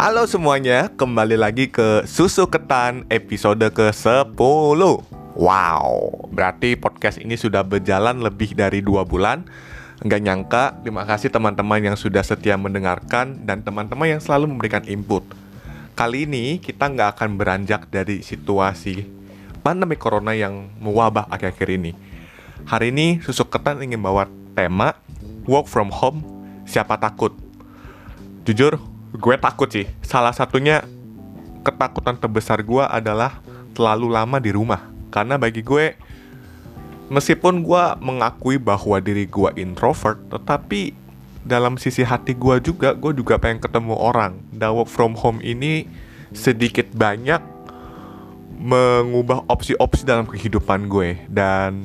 Halo semuanya, kembali lagi ke Susu Ketan episode ke-10. Wow, berarti podcast ini sudah berjalan lebih dari 2 bulan. Nggak nyangka, terima kasih teman-teman yang sudah setia mendengarkan dan teman-teman yang selalu memberikan input. Kali ini kita nggak akan beranjak dari situasi pandemi corona yang mewabah akhir-akhir ini. Hari ini Susu Ketan ingin bawa tema work from home, siapa takut? Jujur, gue takut sih. Salah satunya ketakutan terbesar gue adalah terlalu lama di rumah. Karena bagi gue, meskipun gue mengakui bahwa diri gue introvert, tetapi dalam sisi hati gue juga pengen ketemu orang. Dan work from home ini sedikit banyak mengubah opsi-opsi dalam kehidupan gue. Dan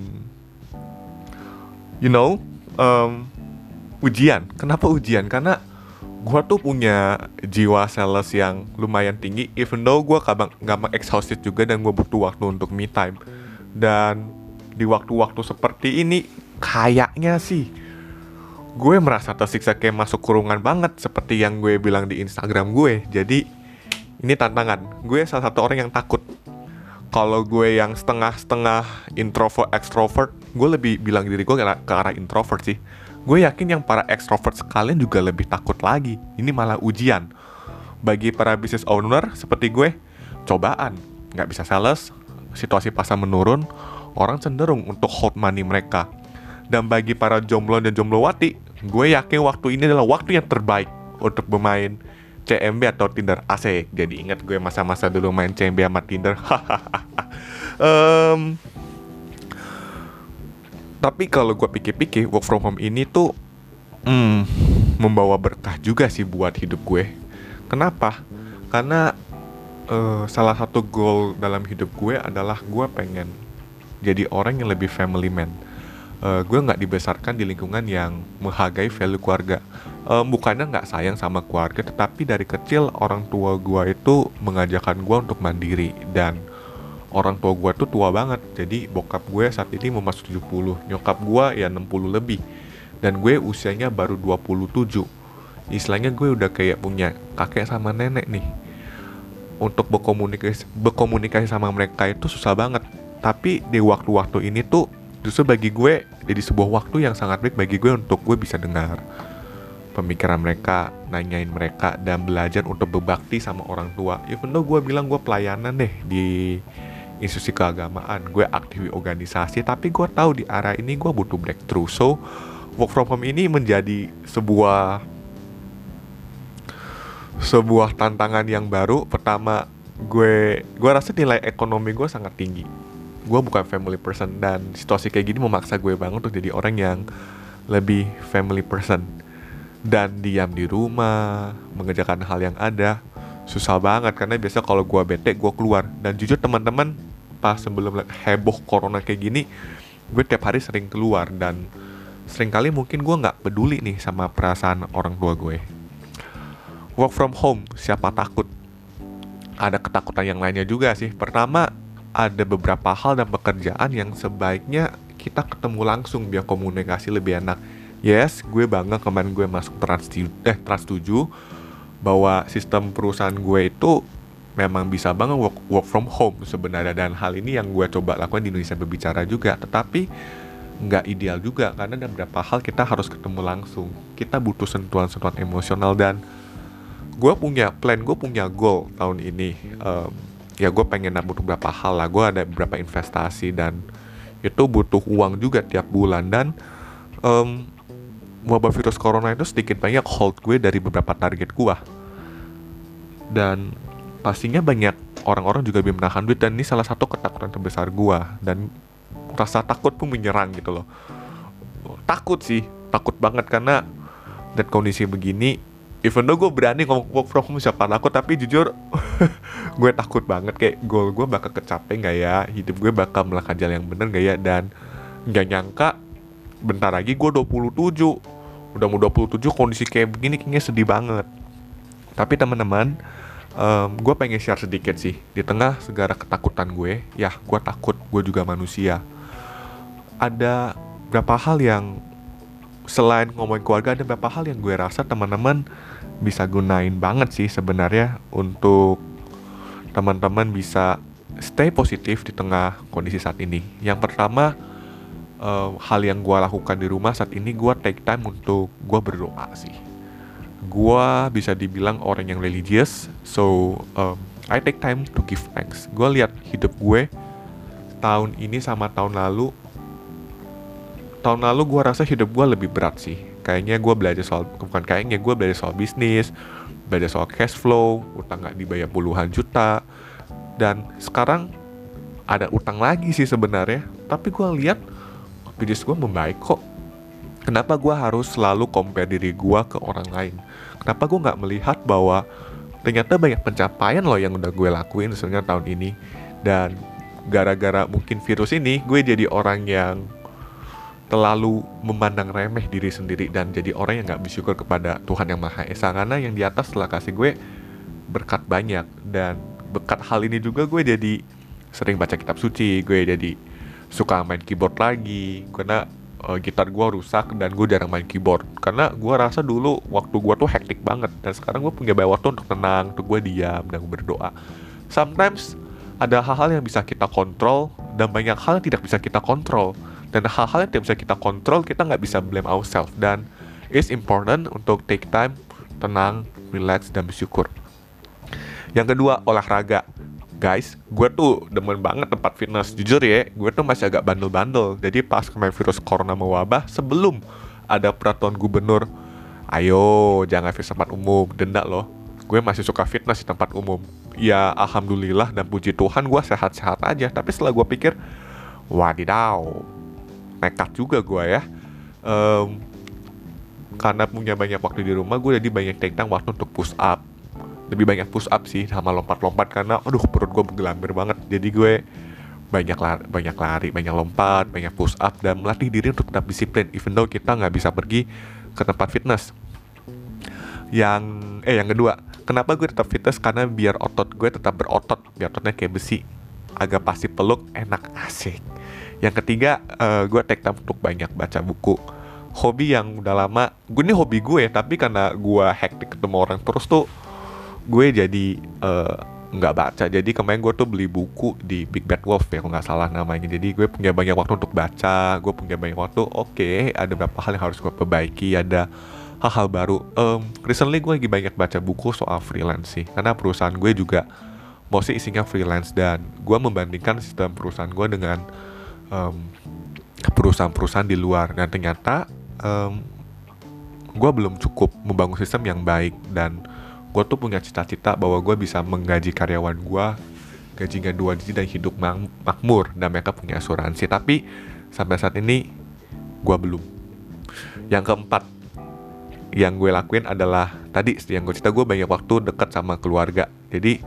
ujian. Kenapa ujian? Karena gue tuh punya jiwa sales yang lumayan tinggi, even though gue gampang exhausted juga dan gue butuh waktu untuk me time. Dan di waktu-waktu seperti ini kayaknya sih gue merasa tersiksa, kayak masuk kurungan banget seperti yang gue bilang di Instagram gue. Jadi ini tantangan. Gue salah satu orang yang takut. Kalau gue yang setengah-setengah introvert extrovert, gue lebih bilang diri gue ke arah introvert sih. Gue yakin yang para extrovert sekalian juga lebih takut lagi. Ini malah ujian. Bagi para business owner seperti gue, cobaan. Nggak bisa sales, situasi pasar menurun, orang cenderung untuk hold money mereka. Dan bagi para jomblo dan jomblowati, gue yakin waktu ini adalah waktu yang terbaik untuk bermain CMB atau Tinder. Asik. Jadi ingat gue masa-masa dulu main CMB sama Tinder. Tapi kalau gue pikir-pikir, work from home ini tuh membawa berkah juga sih buat hidup gue. Kenapa? Karena salah satu goal dalam hidup gue adalah gue pengen jadi orang yang lebih family man. Gue nggak dibesarkan di lingkungan yang menghargai value keluarga. Bukannya nggak sayang sama keluarga, tetapi dari kecil orang tua gue itu mengajarkan gue untuk mandiri. Dan orang tua gue tuh tua banget. Jadi bokap gue saat ini mau masuk 70, nyokap gue ya 60 lebih. Dan gue usianya baru 27. Istilahnya gue udah kayak punya kakek sama nenek nih. Untuk berkomunikasi sama mereka itu susah banget. Tapi di waktu-waktu ini tuh justru bagi gue jadi sebuah waktu yang sangat baik bagi gue untuk gue bisa dengar pemikiran mereka, nanyain mereka, dan belajar untuk berbakti sama orang tua. Even though gue bilang gue pelayanan deh di institusi keagamaan, gue aktif di organisasi, tapi gue tahu di arah ini gue butuh breakthrough. So work from home ini menjadi sebuah tantangan yang baru. Pertama, gue rasa nilai ekonomi gue sangat tinggi. Gue bukan family person, dan situasi kayak gini memaksa gue banget untuk jadi orang yang lebih family person. Dan diam di rumah, mengerjakan hal yang ada susah banget, karena biasa kalau gue bete, gue keluar. Dan jujur teman-teman, pas sebelum heboh corona kayak gini, gue tiap hari sering keluar. Dan seringkali mungkin gue gak peduli nih sama perasaan orang tua gue. Work from home, siapa takut? Ada ketakutan yang lainnya juga sih. Pertama, ada beberapa hal dan pekerjaan yang sebaiknya kita ketemu langsung biar komunikasi lebih enak. Yes, gue bangga kemarin gue masuk Trans 7 bahwa sistem perusahaan gue itu memang bisa banget work from home sebenarnya. Dan hal ini yang gue coba lakukan di Indonesia Berbicara juga. Tetapi nggak ideal juga, karena ada beberapa hal kita harus ketemu langsung. Kita butuh sentuhan-sentuhan emosional. Dan gue punya plan, gue punya goal tahun ini. Ya gue pengen nabung beberapa hal lah. Gue ada beberapa investasi dan itu butuh uang juga tiap bulan. Dan wabah virus corona itu sedikit banyak hold gue dari beberapa target gue. Dan pastinya banyak orang-orang juga lebih menahan duit. Dan ini salah satu ketakutan terbesar gue. Dan rasa takut pun menyerang gitu loh. Takut sih, takut banget karena dan kondisi begini. Even though gue berani ngomong work from home siapa takut, tapi jujur gue takut banget. Kayak goal gue bakal kecapai gak ya, hidup gue bakal melakukan jalan yang bener gak ya. Dan gak nyangka bentar lagi gue 27. Udah mau 27, kondisi kayak begini kayaknya sedih banget. Tapi teman-teman, gue pengen share sedikit sih. Di tengah segala ketakutan gue, ya gue takut, gue juga manusia. Ada beberapa hal yang selain ngomongin keluarga, ada beberapa hal yang gue rasa teman-teman bisa gunain banget sih sebenarnya untuk teman-teman bisa stay positif di tengah kondisi saat ini. Yang pertama, hal yang gue lakukan di rumah saat ini, gue take time untuk gue berdoa sih. Gue bisa dibilang orang yang religious, so I take time to give thanks. Gue lihat hidup gue tahun ini sama tahun lalu gue rasa hidup gue lebih berat sih. Kayaknya gue belajar gue belajar soal bisnis, belajar soal cash flow, utang gak dibayar puluhan juta, dan sekarang ada utang lagi sih sebenarnya. Tapi gue lihat bisnis gue membaik kok. Kenapa gue harus selalu compare diri gue ke orang lain? Kenapa gue gak melihat bahwa ternyata banyak pencapaian loh yang udah gue lakuin sebenarnya tahun ini. Dan gara-gara mungkin virus ini, gue jadi orang yang terlalu memandang remeh diri sendiri dan jadi orang yang gak bersyukur kepada Tuhan Yang Maha Esa, karena yang di atas telah kasih gue berkat banyak. Dan berkat hal ini juga gue jadi sering baca kitab suci, gue jadi suka main keyboard lagi, karena gitar gue rusak dan gue jarang main keyboard. Karena gue rasa dulu waktu gue tuh hektik banget, dan sekarang gue punya banyak waktu untuk tenang, untuk gue diam dan berdoa. Sometimes ada hal-hal yang bisa kita kontrol dan banyak hal yang tidak bisa kita kontrol. Dan hal-hal yang tidak bisa kita kontrol, kita nggak bisa blame ourselves. Dan it's important untuk take time, tenang, relax, dan bersyukur. Yang kedua, olahraga. Guys, gue tuh demen banget tempat fitness. Jujur ya, gue tuh masih agak bandel-bandel. Jadi pas kemarin virus corona mewabah, sebelum ada peraturan gubernur, ayo jangan fitness tempat umum, denda loh, gue masih suka fitness di tempat umum. Ya alhamdulillah dan puji Tuhan gue sehat-sehat aja. Tapi setelah gue pikir, wadidaw, nekat juga gue ya. Karena punya banyak waktu di rumah, gue jadi banyak take time waktu untuk push up. Lebih banyak push up sih sama lompat-lompat, karena aduh perut gue bergelambir banget. Jadi gue banyak lari, banyak lompat, banyak push up, dan melatih diri untuk tetap disiplin even though kita nggak bisa pergi ke tempat fitness. Yang kedua, kenapa gue tetap fitness? Karena biar otot gue tetap berotot, biar ototnya kayak besi, agak pasti peluk, enak, asik. Yang ketiga, gue take time untuk banyak baca buku. Hobi yang udah lama, ini hobi gue, tapi karena gue hektik ketemu orang terus tuh, gue jadi nggak baca. Jadi kemarin gue tuh beli buku di Big Bad Wolf ya, kalau nggak salah namanya. Jadi gue punya banyak waktu untuk baca, gue punya banyak waktu. Oke, ada beberapa hal yang harus gue perbaiki, ada hal-hal baru. Recently gue lagi banyak baca buku soal freelance sih, karena perusahaan gue juga mostly isinya freelance, dan gue membandingkan sistem perusahaan gue dengan perusahaan-perusahaan di luar, dan ternyata gue belum cukup membangun sistem yang baik. Dan gue tuh punya cita-cita bahwa gue bisa menggaji karyawan gue gajinya 2 digit dan hidup makmur, dan mereka punya asuransi. Tapi sampai saat ini gue belum. Yang keempat yang gue lakuin adalah tadi yang gue cerita, gue banyak waktu dekat sama keluarga. Jadi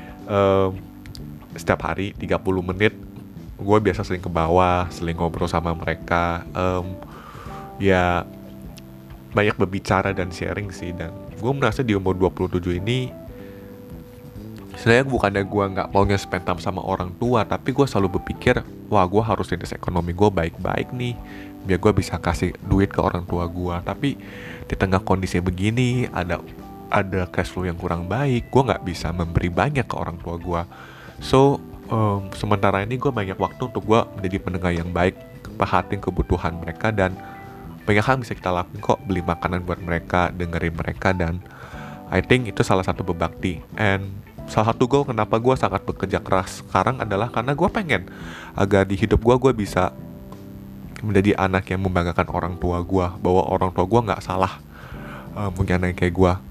setiap hari 30 menit gue biasa sering ke bawah, sering ngobrol sama mereka, ya banyak berbicara dan sharing sih. Dan gue merasa di umur 27 ini sebenarnya bukannya gue gak maunya spend time sama orang tua, tapi gue selalu berpikir, wah gue harus manage ekonomi gue baik-baik nih, biar gue bisa kasih duit ke orang tua gue. Tapi di tengah kondisi begini, ada cash flow yang kurang baik, gue gak bisa memberi banyak ke orang tua gue. So sementara ini gue banyak waktu untuk gue menjadi pendengar yang baik, perhatiin kebutuhan mereka, dan banyak hal bisa kita lakuin kok, beli makanan buat mereka, dengerin mereka. Dan I think itu salah satu berbakti. And salah satu goal kenapa gue sangat bekerja keras sekarang adalah karena gue pengen agar di hidup gue bisa menjadi anak yang membanggakan orang tua gue, bahwa orang tua gue nggak salah punya anak kayak gue.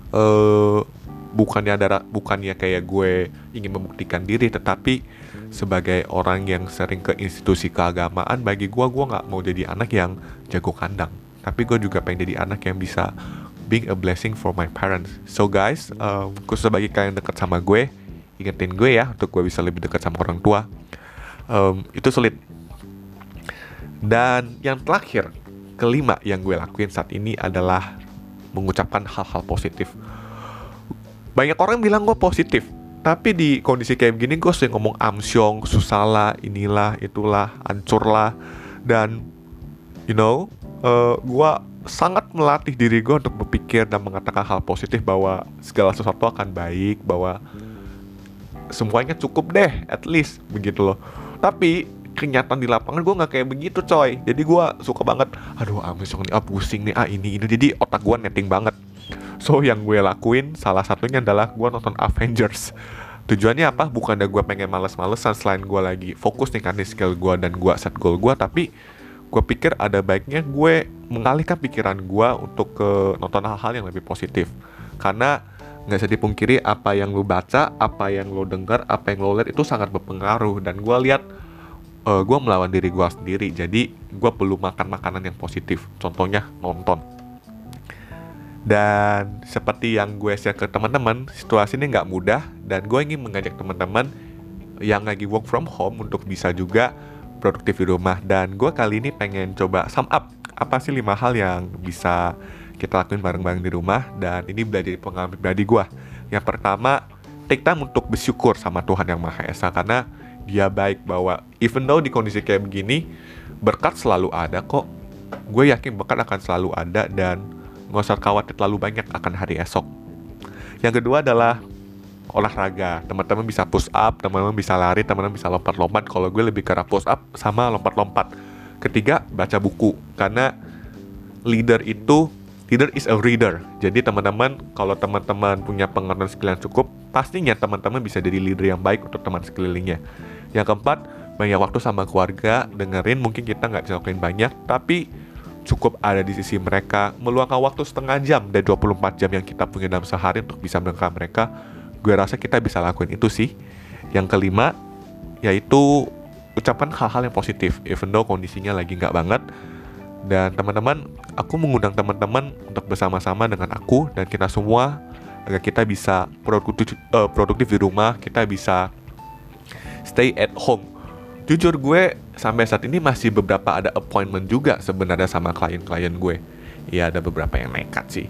Bukannya kayak gue ingin membuktikan diri, tetapi sebagai orang yang sering ke institusi keagamaan, bagi gue nggak mau jadi anak yang jago kandang, tapi gue juga pengen jadi anak yang bisa being a blessing for my parents. So guys, khusus bagi kalian dekat sama gue, ingetin gue ya untuk gue bisa lebih dekat sama orang tua. Itu sulit. Dan yang terakhir, kelima yang gue lakuin saat ini adalah mengucapkan hal-hal positif. Banyak orang bilang gue positif, tapi di kondisi kayak begini gue sering ngomong amsyong, susah lah, inilah, itulah, hancur lah. Dan gue sangat melatih diri gue untuk berpikir dan mengatakan hal positif bahwa segala sesuatu akan baik, bahwa semuanya cukup deh, at least begitu loh. Tapi kenyataan di lapangan gue nggak kayak begitu coy. Jadi gue suka banget, aduh besok nih, pusing nih, ini. Jadi otak gue netting banget. So yang gue lakuin salah satunya adalah gue nonton Avengers. Tujuannya apa? Bukannya gue pengen males-malesan selain gue lagi fokus nih kan di skill gue dan gue set goal gue, tapi gue pikir ada baiknya gue mengalihkan pikiran gue untuk ke nonton hal-hal yang lebih positif. Karena nggak bisa dipungkiri, apa yang lo baca, apa yang lo dengar, apa yang lo lihat itu sangat berpengaruh. Dan gue lihat gue melawan diri gue sendiri. Jadi gue perlu makan makanan yang positif. Contohnya nonton. Dan seperti yang gue share ke teman-teman, situasi ini nggak mudah. Dan gue ingin mengajak teman-teman yang lagi work from home untuk bisa juga produktif di rumah. Dan gue kali ini pengen coba sum up apa sih 5 hal yang bisa kita lakuin bareng-bareng di rumah. Dan ini dari pengalaman pribadi gue. Yang pertama, take time untuk bersyukur sama Tuhan Yang Maha Esa. Karena Dia baik, bahwa even though di kondisi kayak begini, berkat selalu ada kok. Gue yakin berkat akan selalu ada dan nggak usah khawatir terlalu banyak akan hari esok. Yang kedua adalah olahraga. Teman-teman bisa push up, teman-teman bisa lari, teman-teman bisa lompat-lompat. Kalau gue lebih ke arah push up sama lompat-lompat. Ketiga, baca buku. Karena leader is a reader. Jadi teman-teman, kalau teman-teman punya pengetahuan skill yang cukup, pastinya teman-teman bisa jadi leader yang baik untuk teman sekelilingnya. Yang keempat, banyak waktu sama keluarga. Dengerin, mungkin kita nggak bisa lakuin banyak, tapi cukup ada di sisi mereka, meluangkan waktu setengah jam dari 24 jam yang kita punya dalam sehari untuk bisa mendengar mereka. Gue rasa kita bisa lakuin itu sih. Yang kelima, yaitu ucapan hal-hal yang positif, even though kondisinya lagi nggak banget. Dan teman-teman, aku mengundang teman-teman untuk bersama-sama dengan aku dan kita semua, agar kita bisa produktif di rumah, kita bisa stay at home. Jujur gue sampai saat ini masih beberapa ada appointment juga sebenarnya sama klien-klien gue. Ya ada beberapa yang nekat sih.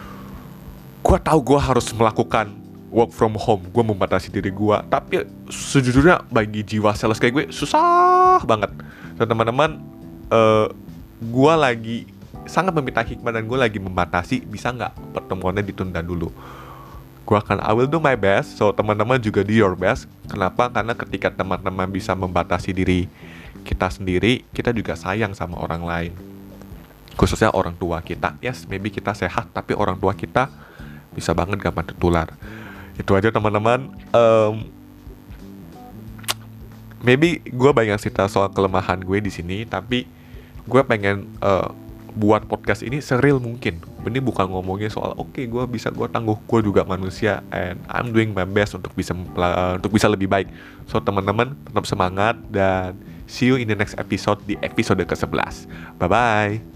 Gue tahu gue harus melakukan work from home, gue membatasi diri gue. Tapi sejujurnya bagi jiwa sales kayak gue susah banget. Dan teman-teman, gue lagi sangat meminta hikmah dan gue lagi membatasi, bisa nggak pertemuannya ditunda dulu. I will do my best. So teman-teman juga do your best. Kenapa? Karena ketika teman-teman bisa membatasi diri kita sendiri, kita juga sayang sama orang lain, khususnya orang tua kita. Yes, maybe kita sehat, tapi orang tua kita bisa banget gampang tertular. Itu aja teman-teman. Maybe gue banyak cerita soal kelemahan gue di sini, tapi gue pengen buat podcast ini seril mungkin. Ini bukan ngomongin soal gue bisa, gue tangguh, gue juga manusia and I'm doing my best untuk bisa lebih baik. So teman-teman tetap semangat dan see you in the next episode, di episode ke-11. Bye bye.